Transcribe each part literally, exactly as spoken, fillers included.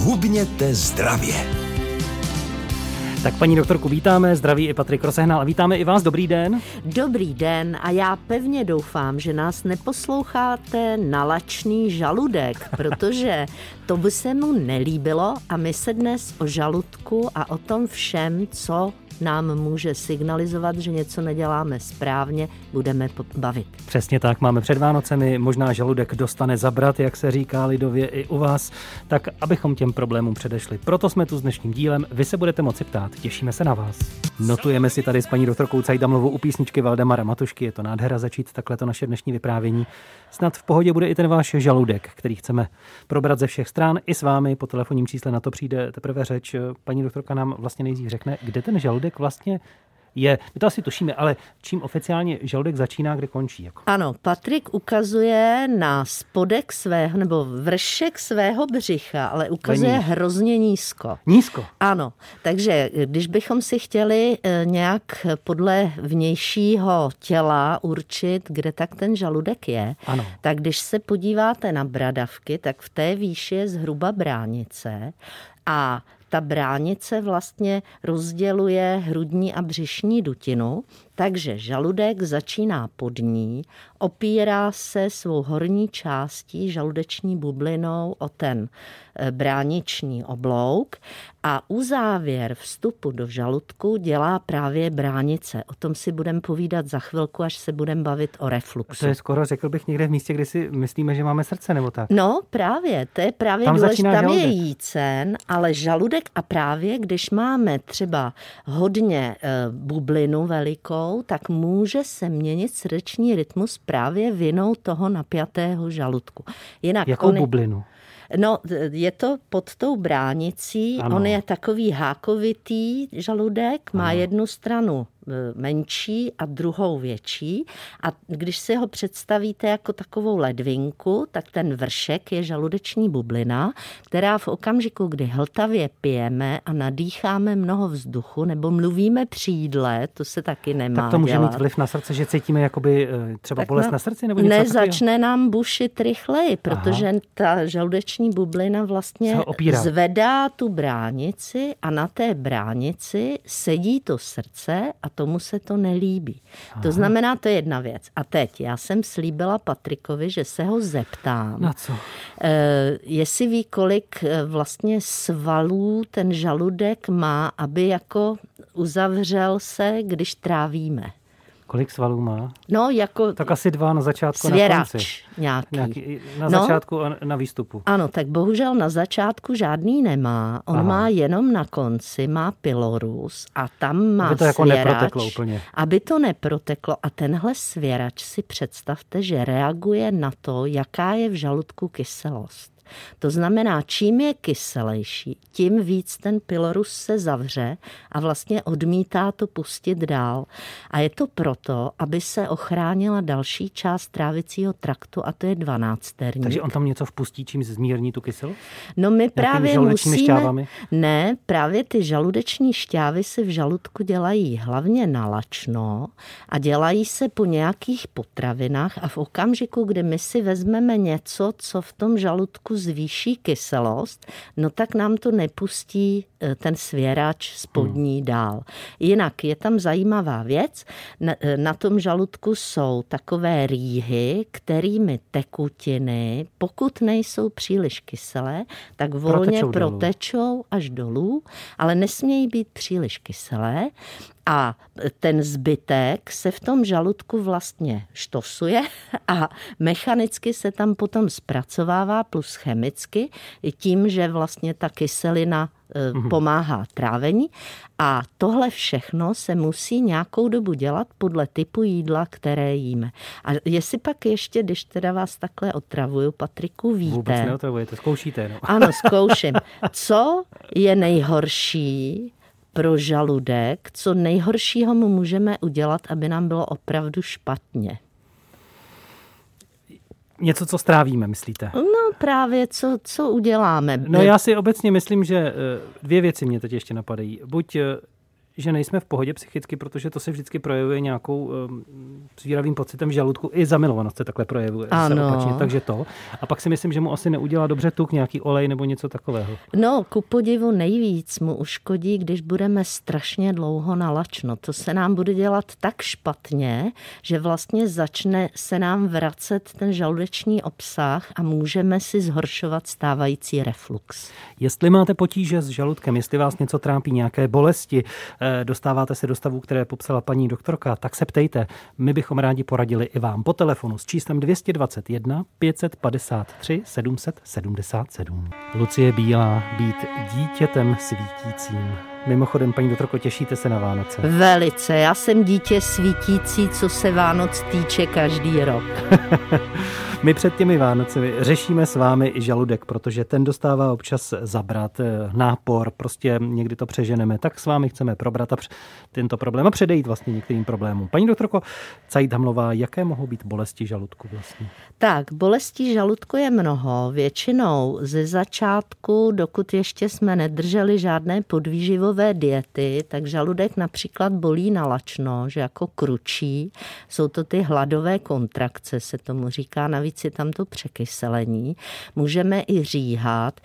Hubněte zdravě. Tak paní doktorku vítáme, zdraví i Patrik Rozehnal a vítáme i vás, dobrý den. Dobrý den a já pevně doufám, že nás neposloucháte na lačný žaludek, protože to by se mu nelíbilo a my se dnes o žaludku a o tom všem, co nám může signalizovat, že něco neděláme správně, budeme bavit. Přesně tak, máme před Vánocemi, možná žaludek dostane zabrat, jak se říká lidově i u vás, tak abychom těm problémům předešli. Proto jsme tu s dnešním dílem, vy se budete moci ptát, těšíme se na vás. Notujeme si tady s paní doktorkou Cajdamlovou u písničky Valdemara Matušky, je to nádhera začít takhle to naše dnešní vyprávění. Snad v pohodě bude i ten váš žaludek, který chceme probrat ze všech stran, i s vámi po telefonním čísle na to přijde teprve řeč. Paní doktorka nám vlastně nejdřív řekne, kde ten žaludek vlastně je. My to asi tušíme, ale čím oficiálně žaludek začíná, kde končí? Jako? Ano, Patrik ukazuje na spodek svého, nebo vršek svého břicha, ale ukazuje hrozně nízko. Nízko? Ano, takže když bychom si chtěli nějak podle vnějšího těla určit, kde tak ten žaludek je, ano. Tak když se podíváte na bradavky, tak v té výši je zhruba bránice a ta bránice vlastně rozděluje hrudní a břišní dutinu, takže žaludek začíná pod ní, opírá se svou horní částí žaludeční bublinou o ten brániční oblouk a uzávěr vstupu do žaludku dělá právě bránice. O tom si budeme povídat za chvilku, až se budeme bavit o refluxu. To je skoro, řekl bych, někde v místě, kdy si myslíme, že máme srdce, nebo tak? No právě, to je právě tam důležité. Tam žaludek. je jícen, ale žaludek a právě, když máme třeba hodně e, bublinu velikou, tak může se měnit srdeční rytmus právě vinou toho napjatého žaludku. Jinak Jakou on... bublinu? No, je to pod tou bránicí, ano. On je takový hákovitý žaludek, má ano. jednu stranu menší a druhou větší a když si ho představíte jako takovou ledvinku, tak ten vršek je žaludeční bublina, která v okamžiku, kdy hltavě pijeme a nadýcháme mnoho vzduchu nebo mluvíme při jídle, to se taky nemá Tak to může dělat. mít vliv na srdce, že cítíme jakoby třeba tak bolest na, na srdci? Nebo ne, něco začne nám bušit rychleji, protože Aha. ta žaludeční bublina vlastně zvedá tu bránici a na té bránici sedí to srdce a tomu se to nelíbí. Aha. To znamená, to je jedna věc. A teď, já jsem slíbila Patrikovi, že se ho zeptám. Na co? Eh, jestli ví, kolik vlastně svalů ten žaludek má, aby jako uzavřel se, když trávíme. Kolik svalů má? No, jako... Tak asi dva na začátku svěrač na konci. nějaký. nějaký. Na no, začátku a na výstupu. Ano, tak bohužel na začátku žádný nemá. On Aha. má jenom na konci, má pylorus a tam má aby to jako svěrač. Neproteklo úplně. Aby to neproteklo. A tenhle svěrač si představte, že reaguje na to, jaká je v žaludku kyselost. To znamená, čím je kyselejší, tím víc ten pylorus se zavře a vlastně odmítá to pustit dál. A je to proto, aby se ochránila další část trávicího traktu a to je dvanácterník. Takže on tam něco vpustí, čím zmírní tu kyselost? No my právě musíme... šťávami? Ne, právě ty žaludeční šťávy se v žaludku dělají hlavně nalačno a dělají se po nějakých potravinách a v okamžiku, kdy my si vezmeme něco, co v tom žaludku zvýší kyselost, no tak nám to nepustí ten svěrač spodní hmm. dál. Jinak je tam zajímavá věc. Na, na tom žaludku jsou takové rýhy, kterými tekutiny, pokud nejsou příliš kyselé, tak volně protečou, protečou až dolů, ale nesmějí být příliš kyselé. A ten zbytek se v tom žaludku vlastně štosuje a mechanicky se tam potom zpracovává plus chemicky tím, že vlastně ta kyselina pomáhá trávení a tohle všechno se musí nějakou dobu dělat podle typu jídla, které jíme. A jestli pak ještě, když teda vás takhle otravuju, Patriku, víte... Vůbec neotravujete, zkoušíte. No. Ano, zkouším. Co je nejhorší pro žaludek, co nejhoršího mu můžeme udělat, aby nám bylo opravdu špatně? Něco, co strávíme, myslíte? No právě, co, co uděláme. No já si obecně myslím, že dvě věci mě teď ještě napadají. Buď že nejsme v pohodě psychicky, protože to se vždycky projevuje nějakou um, zvíravým pocitem v žaludku. I zamilovanost se takhle projevuje. Ano. Se opačně, takže to. A pak si myslím, že mu asi neudělá dobře tuk, nějaký olej nebo něco takového. No, ku podivu nejvíc mu uškodí, když budeme strašně dlouho nalačno. To se nám bude dělat tak špatně, že vlastně začne se nám vracet ten žaludeční obsah a můžeme si zhoršovat stávající reflux. Jestli máte potíže s žaludkem, jestli vás něco trápí, nějaké bolesti, dostáváte se do stavu, které popsala paní doktorka, tak se ptejte. My bychom rádi poradili i vám po telefonu s číslem dvě stě dvacet jedna pět set padesát tři sedm set sedmdesát sedm. Lucie Bílá, být dítětem svítícím. Mimochodem, paní doktorko, těšíte se na Vánoce? Velice. Já jsem dítě svítící, co se Vánoc týče každý rok. My před těmi Vánocemi řešíme s vámi i žaludek, protože ten dostává občas zabrat, nápor, prostě někdy to přeženeme. Tak s vámi chceme probrat a tento problém a předejít vlastně některým problémům. Paní doktorko Cajthamlová, jaké mohou být bolesti žaludku vlastně? Tak, bolestí žaludku je mnoho. Většinou ze začátku, dokud ještě jsme nedrželi žádné podvýživové diety, tak žaludek například bolí nalačno, že jako kručí. Jsou to ty hladové kontrakce, se tomu říká, navíc je tam to překyselení. Můžeme i říhat.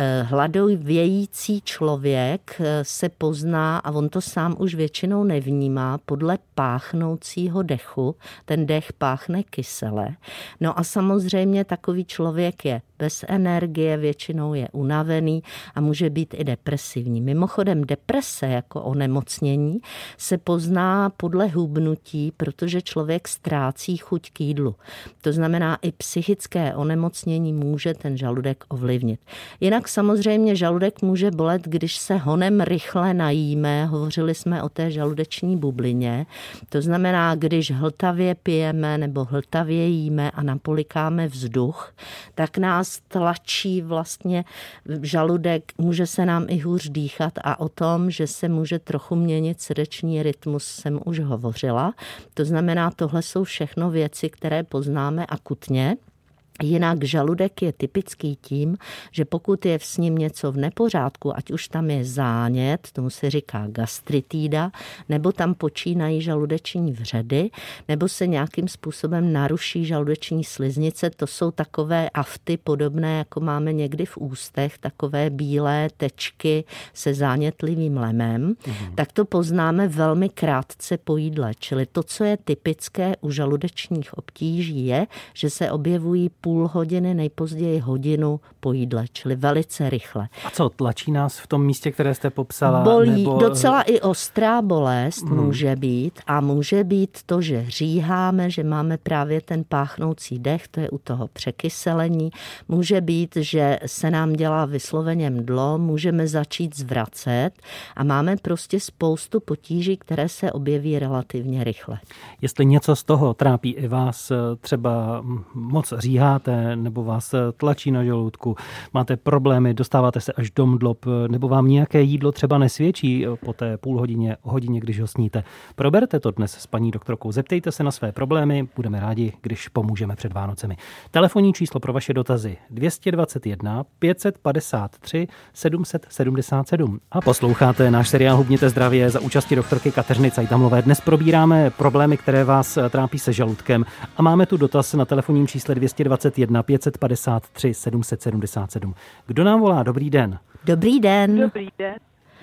Hladovějící člověk se pozná, a on to sám už většinou nevnímá, podle páchnoucího dechu. Ten dech páchne kysele. No a samozřejmě takový člověk je bez energie, většinou je unavený a může být i depresivní. Mimochodem deprese jako onemocnění se pozná podle hubnutí, protože člověk ztrácí chuť k jídlu. To znamená, i psychické onemocnění může ten žaludek ovlivnit. Jinak samozřejmě žaludek může bolet, když se honem rychle najíme. Hovořili jsme o té žaludeční bublině. To znamená, když hltavě pijeme nebo hltavě jíme a napolikáme vzduch, tak nás tlačí vlastně žaludek, může se nám i hůř dýchat a o tom, že se může trochu měnit srdeční rytmus, jsem už hovořila. To znamená, tohle jsou všechno věci, které poznáme akutně. Jinak žaludek je typický tím, že pokud je s ním něco v nepořádku, ať už tam je zánět, tomu se říká gastritída, nebo tam počínají žaludeční vředy, nebo se nějakým způsobem naruší žaludeční sliznice, to jsou takové afty podobné, jako máme někdy v ústech, takové bílé tečky se zánětlivým lemem, mhm. tak to poznáme velmi krátce po jídle. Čili to, co je typické u žaludečních obtíží, je, že se objevují půl hodiny, nejpozději hodinu po jídle, čili velice rychle. A co, tlačí nás v tom místě, které jste popsala? Bolí, nebo... docela i ostrá bolest hmm. může být a může být to, že říháme, že máme právě ten páchnoucí dech, to je u toho překyselení. Může být, že se nám dělá vysloveně mdlo, můžeme začít zvracet a máme prostě spoustu potíží, které se objeví relativně rychle. Jestli něco z toho trápí i vás, třeba moc říháte, nebo vás tlačí na žaludku, máte problémy, dostáváte se až do mdlob, nebo vám nějaké jídlo třeba nesvědčí po té půl hodině, hodině, když ho sníte. Proberte to dnes s paní doktorkou, zeptejte se na své problémy, budeme rádi, když pomůžeme před Vánocemi. Telefonní číslo pro vaše dotazy dvě stě dvacet jedna pět set padesát tři sedm set sedmdesát sedm. A posloucháte náš seriál Hubněte zdravě za účasti doktorky Kateřiny Cajthamlové. Dnes probíráme problémy, které vás trápí se žaludkem a máme tu dotaz na telefonním čísle dvě stě dvacet jedna pět set padesát tři sedm set sedmdesát sedm. Kdo nám volá? Dobrý den. Dobrý den. Dobrý den.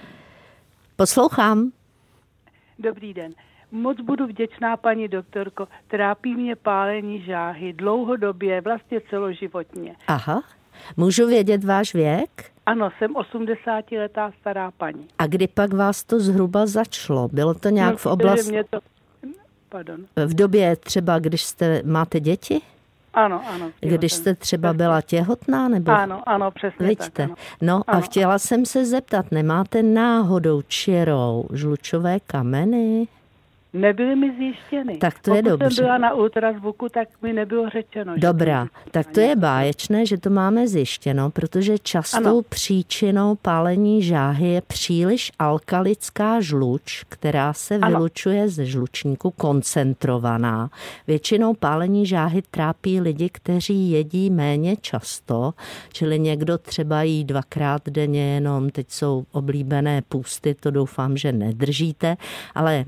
Poslouchám. Dobrý den. Moc budu vděčná, paní doktorko. Trápí mě pálení žáhy dlouhodobě, vlastně celoživotně. Aha. Můžu vědět váš věk? Ano, jsem osmdesátiletá stará paní. A kdy pak vás to zhruba začalo? Bylo to nějak no, v oblasti... Mě to... Pardon. V době třeba, když jste máte děti? Ano, ano. Když jste třeba byla těhotná? Nebo... Ano, ano, přesně Vidíte? tak. Ano. No ano. A chtěla jsem se zeptat, nemáte náhodou čirou žlučové kameny? Nebyly mi zjištěny. Tak to je Pokud dobře. jsem byla na ultrazvuku, tak mi nebylo řečeno. Dobrá, tak to je báječné, že to máme zjištěno, protože častou ano. příčinou pálení žáhy je příliš alkalická žluč, která se ano. vylučuje ze žlučníku, koncentrovaná. Většinou pálení žáhy trápí lidi, kteří jedí méně často, čili někdo třeba jí dvakrát denně jenom, teď jsou oblíbené půsty, to doufám, že nedržíte, ale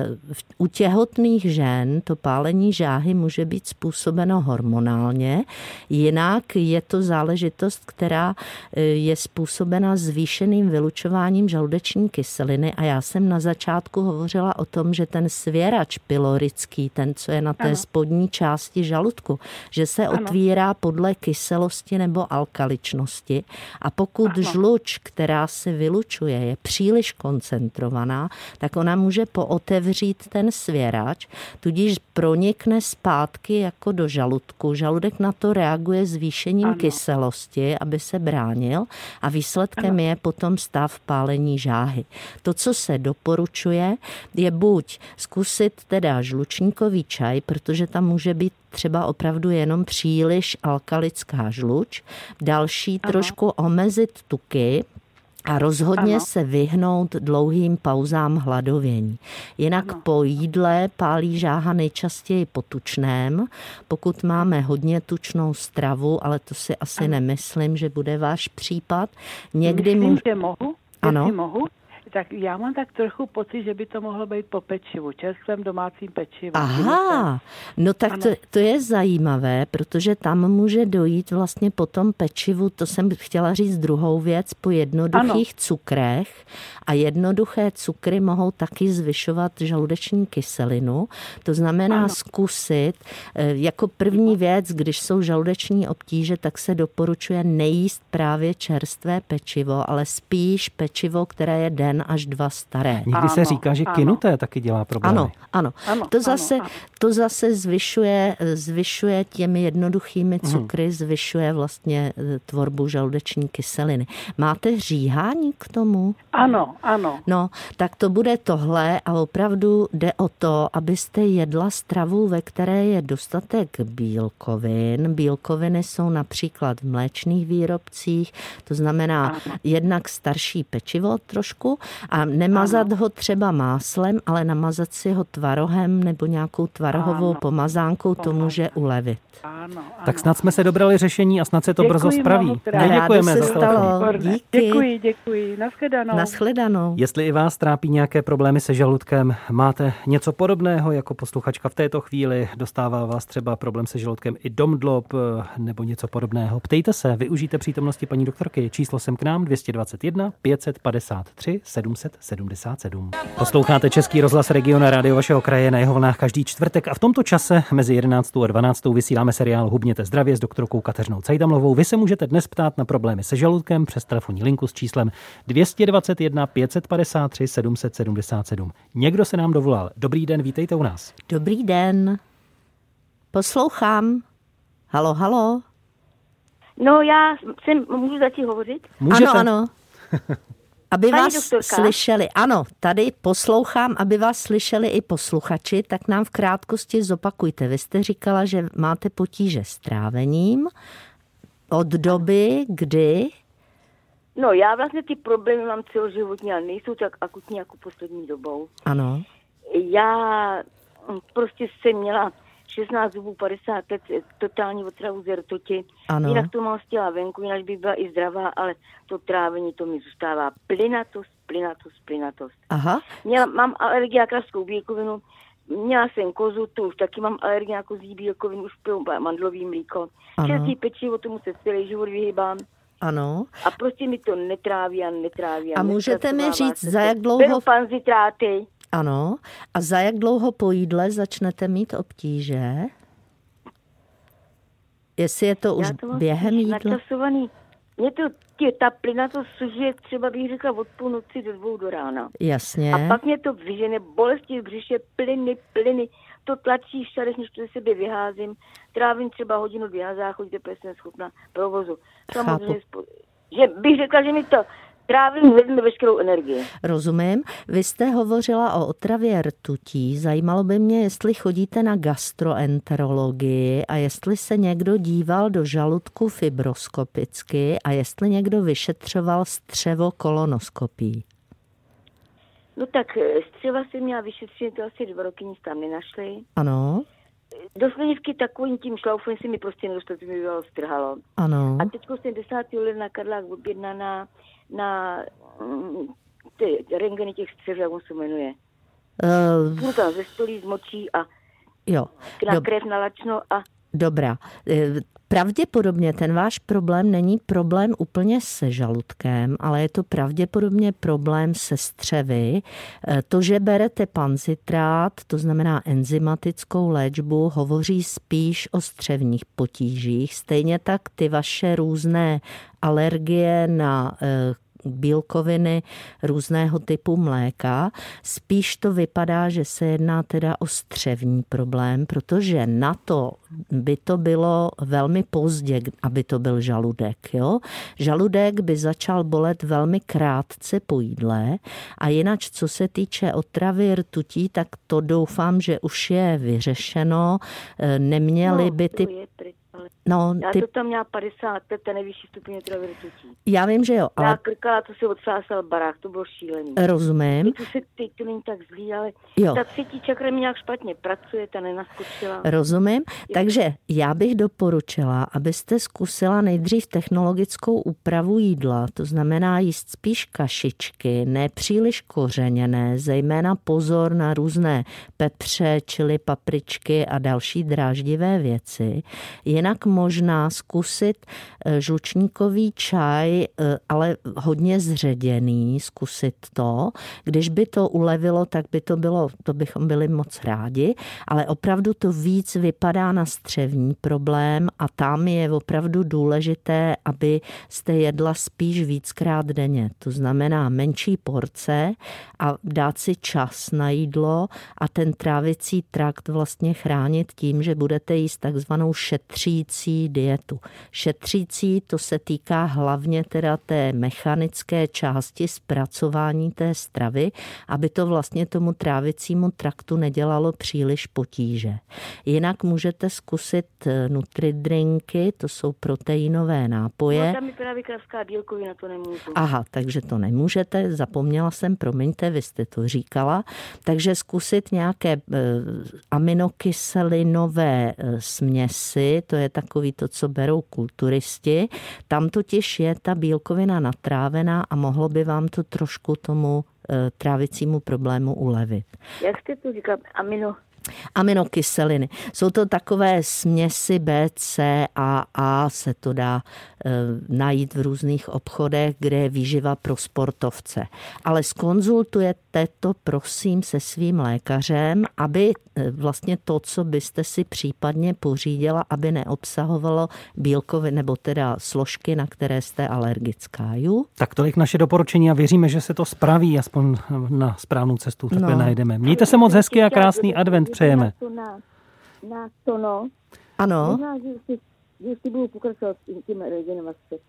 u těhotných žen to pálení žáhy může být způsobeno hormonálně, jinak je to záležitost, která je způsobena zvýšeným vylučováním žaludeční kyseliny a já jsem na začátku hovořila o tom, že ten svěrač pylorický, ten, co je na té ano. spodní části žaludku, že se ano. otvírá podle kyselosti nebo alkaličnosti a pokud ano. žluč, která se vylučuje, je příliš koncentrovaná, tak ona může pootevřít ten svěrač, tudíž pronikne zpátky jako do žaludku. Žaludek na to reaguje zvýšením ano. kyselosti, aby se bránil a výsledkem ano. je potom stav pálení žáhy. To, co se doporučuje, je buď zkusit teda žlučníkový čaj, protože tam může být třeba opravdu jenom příliš alkalická žluč, další ano. trošku omezit tuky, a rozhodně ano. se vyhnout dlouhým pauzám hladovění. Jinak ano. po jídle pálí žáha nejčastěji po tučném. Pokud máme hodně tučnou stravu, ale to si asi ano. nemyslím, že bude váš případ. Někdy Myslím, mu... že mohu. Ano. Jestli mohu. Tak já mám tak trochu pocit, že by to mohlo být po pečivu, čerstvém domácím pečivu. Aha, no tak to, to je zajímavé, protože tam může dojít vlastně po tom pečivu, to jsem chtěla říct druhou věc, po jednoduchých ano. cukrech a jednoduché cukry mohou taky zvyšovat žaludeční kyselinu. To znamená ano. zkusit, jako první věc, když jsou žaludeční obtíže, tak se doporučuje nejíst právě čerstvé pečivo, ale spíš pečivo, které je den až dva staré. Někdy ano, se říká, že kynuté taky dělá problémy. Ano, ano. ano to, zase, ano, ano. to zase zvyšuje, zvyšuje těmi jednoduchými cukry, hmm. zvyšuje vlastně tvorbu žaludeční kyseliny. Máte říhání k tomu? Ano, ano. No, tak to bude tohle a opravdu jde o to, abyste jedla stravu, ve které je dostatek bílkovin. Bílkoviny jsou například v mléčných výrobcích, to znamená ano. jednak starší pečivo trošku, a nemazat ano. ho třeba máslem, ale namazat si ho tvarohem nebo nějakou tvarohovou ano. pomazánkou, to může ulevit. Ano, ano. Tak snad jsme se dobrali řešení a snad se to děkuji brzo spraví. Děkujeme za stalo. Díky. Děkuji, děkuji. Nashledanou. Nashledanou. Jestli i vás trápí nějaké problémy se žaludkem, máte něco podobného jako posluchačka v této chvíli, dostává vás třeba problém se žaludkem i domdlob nebo něco podobného, ptejte se, využijte přítomnosti paní doktorky. Číslo sem k nám dvě stě dvacet jedna pět set padesát tři sedm set sedmdesát sedm. Posloucháte Český rozhlas Region rádio vašeho kraje na jeho vlnách každý čtvrtek a v tomto čase mezi jedenáctou a dvanáctou vysíláme seriál Hubněte zdravě s doktorkou Kateřinou Cajdamlovou. Vy se můžete dnes ptát na problémy se žaludkem přes telefonní linku s číslem dvě stě dvacet jedna pět set padesát tři sedm set sedmdesát sedm. Někdo se nám dovolal. Dobrý den, vítejte u nás. Dobrý den. Poslouchám. Halo, halo. No já jsem, můžu začít hovořit? Můžete. Ano, ano. Aby Pani vás doktorka? slyšeli, ano, tady poslouchám, aby vás slyšeli i posluchači, tak nám v krátkosti zopakujte. Vy jste říkala, že máte potíže s trávením od doby, kdy? No já vlastně ty problémy mám celoživotně, ale nejsou tak akutní jako poslední dobou. Ano. Já prostě jsem měla šestnáct zubů, padesát let, totální otravu z rtuti. Ano. Jinak to mám z těla venku, jinak by byla i zdravá, ale to trávení, to mi zůstává plynatost, plynatost, plynatost. Aha. Měla, mám alergii na kraskou bílkovinu, měla jsem kozu, tu už taky mám alergii na kozí bílkovinu, už piju mandlový mlíko. Čerstvý pečivo, tomu se celý život vyhýbám. Ano. A prostě mi to netráví a netráví. A, a můžete mi říct, za jak dlouho... Beru panzitráty. Ano. A za jak dlouho po jídle začnete mít obtíže? Jestli je to už to během jídla? Načasovaný. Mě to, tě, ta plynatost sužuje třeba bych řekla od půlnoci do dvou do rána. Jasně. A pak mě to vyžene, bolesti v břiše, plyny, plyny. To tlačí všade, než to ze sebe vyházím. Trávím třeba hodinu, dvě na záchodě, protože jsem schopna provozu. Samozřejmě, že bych řekla, že mi to trávení vezme veškerou energii. Rozumím. Vy jste hovořila o otravě rtutí. Zajímalo by mě, jestli chodíte na gastroenterologii a jestli se někdo díval do žaludku fibroskopicky a jestli někdo vyšetřoval střevo kolonoskopií. No tak střeva jsem měla vyšetřit, to asi dva roky nic tam nenašli. Ano. Do slinivky takovým tím šlaufem se mi prostě nedostalo, to mi bylo strhalo. Ano. A teď jsem desátého ledna na Karlák objednaná na mm, ty rentgeny těch střev, jak on se jmenuje. Uh, Půl tam ze stolí z močí a jo. na Dob- krev na lačno a... Dobrá. Pravděpodobně ten váš problém není problém úplně se žaludkem, ale je to pravděpodobně problém se střevy. To, že berete panzitrát, to znamená enzymatickou léčbu, hovoří spíš o střevních potížích. Stejně tak ty vaše různé alergie na bílkoviny různého typu mléka. Spíš to vypadá, že se jedná teda o střevní problém, protože na to by to bylo velmi pozdě, aby to byl žaludek. Jo? Žaludek by začal bolet velmi krátce po jídle a jinak, co se týče otravy rtutí, tak to doufám, že už je vyřešeno. Neměly by ty... No, já ty... to tam měla padesát let, ten nejvyšší stupeň otravy rtutí. Já vím, že jo. Ale... Já krkala, to se odsásal barák, to bylo šílený. Rozumím. Teď to, se, teď to není tak zlý, ale jo. Ta třetí čakra mi nějak špatně pracuje, ta nenaskočila. Rozumím. Takže já bych doporučila, abyste zkusila nejdřív technologickou úpravu jídla, to znamená jíst spíš kašičky, ne příliš kořeněné, zejména pozor na různé pepře, čili papričky a další dráždivé věci. Jinak možná zkusit žlučníkový čaj, ale hodně zředěný, zkusit to. Když by to ulevilo, tak by to bylo, to bychom byli moc rádi, ale opravdu to víc vypadá na střevní problém a tam je opravdu důležité, aby jste jedla spíš víckrát denně. To znamená menší porce a dát si čas na jídlo a ten trávicí trakt vlastně chránit tím, že budete jíst takzvanou šetřící dietu. Šetřící, to se týká hlavně teda té mechanické části zpracování té stravy, aby to vlastně tomu trávicímu traktu nedělalo příliš potíže. Jinak můžete zkusit nutridrinky, to jsou proteinové nápoje. No tam je právě kravská bílkovina, to nemůžu. Aha, takže to nemůžete, zapomněla jsem, promiňte, vy jste to říkala. Takže zkusit nějaké aminokyselinové směsi, to je takový to, co berou kulturisti. Tam totiž je ta bílkovina natrávená a mohlo by vám to trošku tomu trávicímu problému ulevit. Jak jste to říkal? Amino... Aminokyseliny. Jsou to takové směsi B, C a A, se to dá e, najít v různých obchodech, kde je výživa pro sportovce. Ale zkonzultujete to prosím se svým lékařem, aby e, vlastně to, co byste si případně pořídila, aby neobsahovalo bílkoviny nebo teda složky, na které jste alergická. Jo? Tak tolik naše doporučení a věříme, že se to spraví, aspoň na správnou cestu takhle no. najdeme. Mějte se moc hezky a krásný advent přejeme. Na, na to no. Ano. Možná, že si, že si budu pokračovat s tím rentgenem.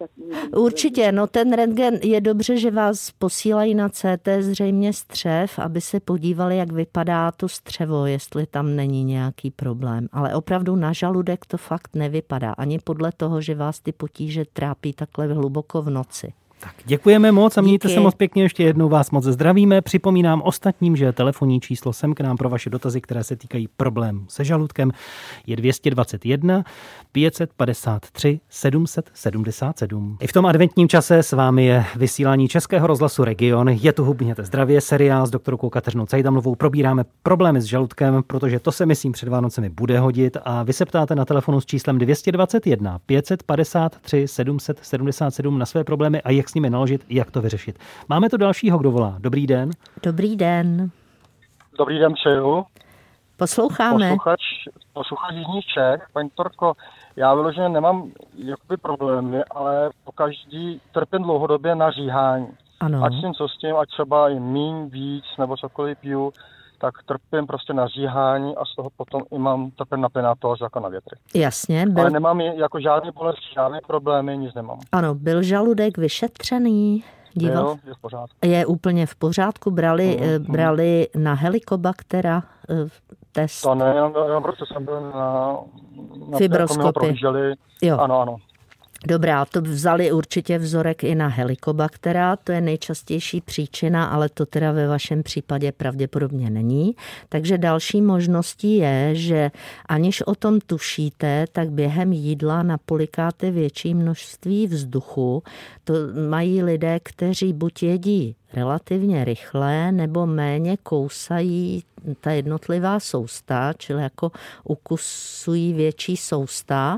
Určitě, no ten rentgen je dobře, že vás posílají na C T zřejmě střev, aby se podívali, jak vypadá to střevo, jestli tam není nějaký problém. Ale opravdu na žaludek to fakt nevypadá, ani podle toho, že vás ty potíže trápí takhle hluboko v noci. Tak děkujeme moc a mějte Díky. se moc pěkně, ještě jednou vás moc zdravíme. Připomínám ostatním, že telefonní číslo sem k nám pro vaše dotazy, které se týkají problémů se žaludkem, je dvě stě dvacet jedna pět set padesát tři sedm set sedmdesát sedm. I v tom adventním čase s vámi je vysílání Českého rozhlasu Region. Je tu Hubněte zdravě, seriál s doktorkou Kateřinou Cajdamlovou. Probíráme problémy s žaludkem, protože to se myslím před Vánocemi bude hodit a vy se ptáte na telefonu s číslem dvě stě dvacet jedna pět set padesát tři sedm set sedmdesát sedm na své problémy a jak s nimi naložit, jak to vyřešit. Máme tu dalšího, kdo volá. Dobrý den. Dobrý den. Dobrý den přeju. Posloucháme. Posluchač, posluchač Jižních Čech. Paní doktorko, já vyloženě nemám jakoby problémy, ale pokaždý trpím dlouhodobě na říhání. Ano. Ať s tím, co s tím, ať třeba i míň, víc, nebo cokoliv piju, tak trpím prostě na říhání a z toho potom i mám trpím na penátoř jako na větry. Jasně. Byl... Ale nemám jako žádný bolest, žádné problémy, nic nemám. Ano, byl žaludek vyšetřený? Díval? Jo, je v pořádku. Je úplně v pořádku. Brali, mm, brali mm. na Helicobaktera test? To ne, jenom, jenom prostě jsem byl na, na fibroskopii. Jo. Ano, ano. Dobrá, to vzali určitě vzorek i na Helicobaktera, to je nejčastější příčina, ale to teda ve vašem případě pravděpodobně není. Takže další možností je, že aniž o tom tušíte, tak během jídla napolikáte větší množství vzduchu. To mají lidé, kteří buď jedí relativně rychle nebo méně kousají ta jednotlivá sousta, čili jako ukusují větší sousta.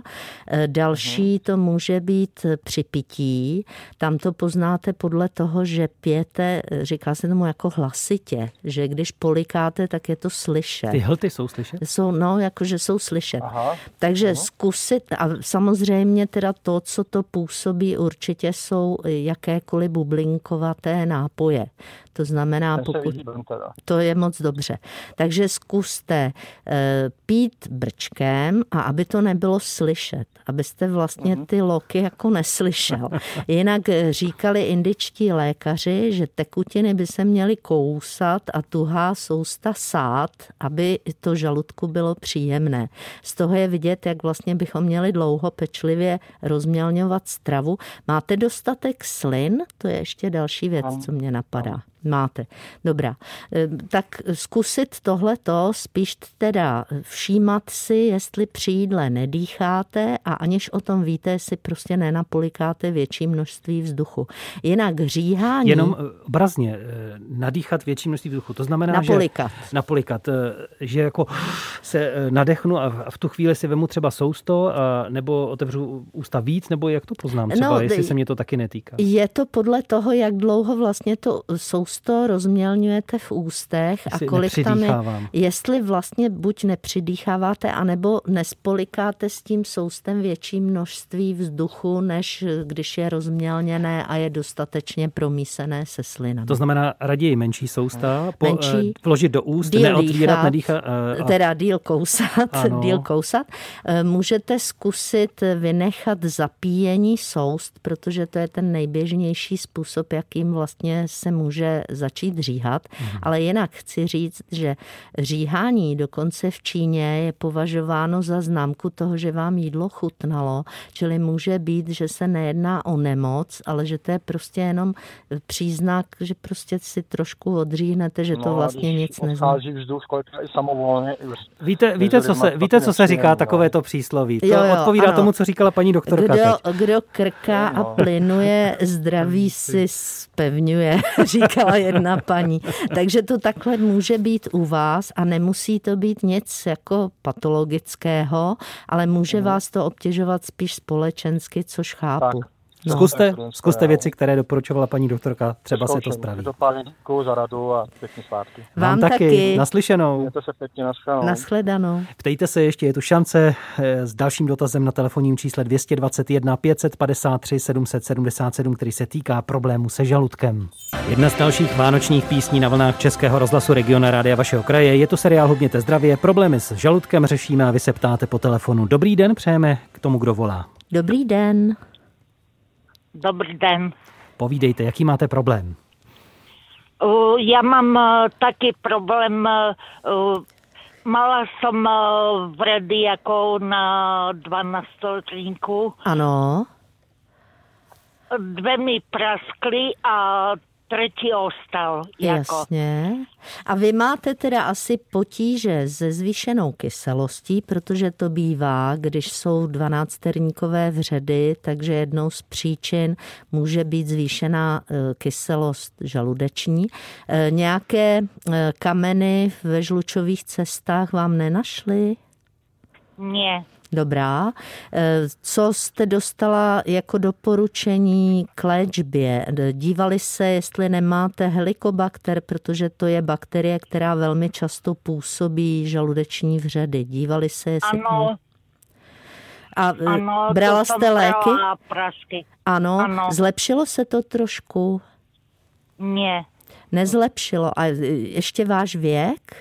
Další to může být při pití. Tam to poznáte podle toho, že pijete, říká se tomu jako hlasitě, že když polikáte, tak je to slyšet. Ty hlty jsou slyšet? Jsou, no, jakože jsou slyšet. Aha. Takže Aha. zkusit, a samozřejmě teda to, co to působí, určitě jsou jakékoliv bublinkovaté nápoje. To znamená, pokud... To je moc dobře. Takže zkuste e, pít brčkem a aby to nebylo slyšet. Abyste vlastně ty loky jako neslyšel. Jinak říkali indičtí lékaři, že tekutiny by se měly kousat a tuhá sousta sát, aby to žaludku bylo příjemné. Z toho je vidět, jak vlastně bychom měli dlouho pečlivě rozmělňovat stravu. Máte dostatek slin? To je ještě další věc, co mě napadá. Máte. Dobrá. Tak zkusit tohleto, spíš teda všímat si, jestli při jídle nedýcháte a aniž o tom víte, si prostě nenapolikáte větší množství vzduchu. Jinak říhání... Jenom obrazně nadýchat větší množství vzduchu. To znamená, napolikat. že... Napolikat. Že jako se nadechnu a v tu chvíli si vemu třeba sousto a, nebo otevřu ústa víc, nebo jak to poznám třeba, no, jestli se mě to taky netýká. Je to podle toho, jak dlouho vlastně to sousto to rozmělňujete v ústech a kolik tam je, jestli vlastně buď nepřidýcháváte, anebo nespolikáte s tím soustem větší množství vzduchu, než když je rozmělněné a je dostatečně promísené se slinami. To znamená raději menší sousta, po, menší, vložit do úst, neotvírat, nedýchat. Uh, teda díl kousat, díl kousat. Můžete zkusit vynechat zapíjení soust, protože to je ten nejběžnější způsob, jakým vlastně se může začít říhat, mm. ale jinak chci říct, že říhání dokonce v Číně je považováno za známku toho, že vám jídlo chutnalo, čili může být, že se nejedná o nemoc, ale že to je prostě jenom příznak, že prostě si trošku odříhnete, že to no, vlastně nic neznamená. Víte, víte, co se, víte, co se říká takovéto přísloví? To jo, jo, odpovídá ano. tomu, co říkala paní doktorka. Kdo, kdo krká no. a plynuje, zdraví si zpevňuje, říkala jedna paní. Takže to takhle může být u vás a nemusí to být nic jako patologického, ale může mm. vás to obtěžovat spíš společensky, což chápu. Tak. No. Zkuste, zkuste věci, které doporučovala paní doktorka, třeba Zkouším. se to spraví. Děkuji za radu a pěkný svátky. Vám, Vám taky. taky. Naslyšenou. Mějte se pěkně, nashledanou. Nashledanou. Ptejte se, ještě je tu šance s dalším dotazem na telefonním čísle dvě stě dvacet jedna pět set padesát tři sedm set sedmdesát sedm, který se týká problému se žaludkem. Jedna z dalších vánočních písní na vlnách Českého rozhlasu Region Rádia vašeho kraje. Je to seriál Hubněte zdravě. Problémy s žaludkem řešíme a vy se ptáte po telefonu. Dobrý den, přejeme k tomu, kdo volá. Dobrý den. Dobrý den. Povídejte, jaký máte problém? Uh, já mám uh, taky problém. Uh, mala jsem uh, vredy jako na dvanáctiletínku. Ano. Dvě mi praskly a třetí ostal. Jako. Jasně. A vy máte teda asi potíže se zvýšenou kyselostí, protože to bývá, když jsou dvanácterníkové vředy, takže jednou z příčin může být zvýšená kyselost žaludeční. Nějaké kameny ve žlučových cestách vám nenašly? Ne. Dobrá. Co jste dostala jako doporučení k léčbě? Dívali se, jestli nemáte helikobakter, protože to je bakterie, která velmi často působí žaludeční vředy. Dívali se, jestli... Ano. A ano, brala jste léky? Prasky. Ano. ano. Zlepšilo se to trošku? Ne. Nezlepšilo. A ještě váš věk?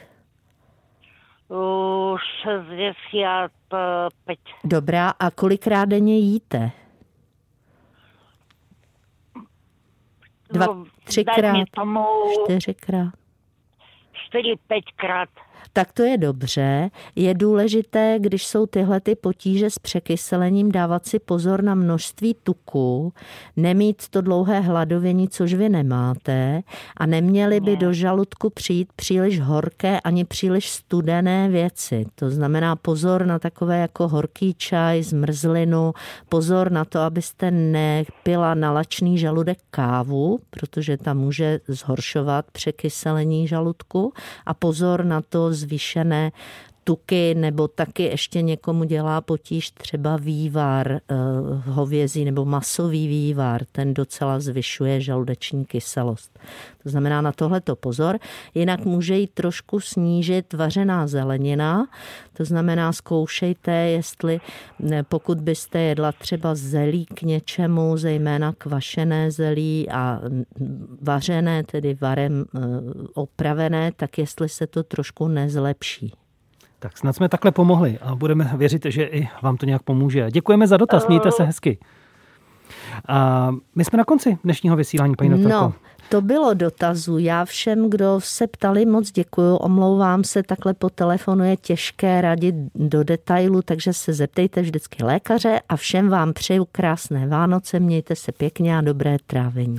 šedesát pět. Dobrá, a kolikrát denně jíte? Dva, no, třikrát, tomu čtyřikrát. čtyři, pětkrát. Tak to je dobře. Je důležité, když jsou tyhle ty potíže s překyselením, dávat si pozor na množství tuku, nemít to dlouhé hladovění, což vy nemáte, a neměly by do žaludku přijít příliš horké ani příliš studené věci. To znamená pozor na takové jako horký čaj, zmrzlinu, pozor na to, abyste nepila na lačný žaludek kávu, protože ta může zhoršovat překyselení žaludku, a pozor na to zvýšené tuky, nebo taky ještě někomu dělá potíž třeba vývar hovězí nebo masový vývar, ten docela zvyšuje žaludeční kyselost. To znamená na tohleto pozor. Jinak může jít trošku snížit vařená zelenina, to znamená zkoušejte, jestli pokud byste jedla třeba zelí k něčemu, zejména kvašené zelí a vařené, tedy varem opravené, tak jestli se to trošku nezlepší. Tak snad jsme takhle pomohli a budeme věřit, že i vám to nějak pomůže. Děkujeme za dotaz, mějte se hezky. A my jsme na konci dnešního vysílání, paní doktorko. No, to bylo dotazů. Já všem, kdo se ptali, moc děkuju. Omlouvám se, takhle po telefonu je těžké radit do detailu, takže se zeptejte vždycky lékaře a všem vám přeju krásné Vánoce, mějte se pěkně a dobré trávení.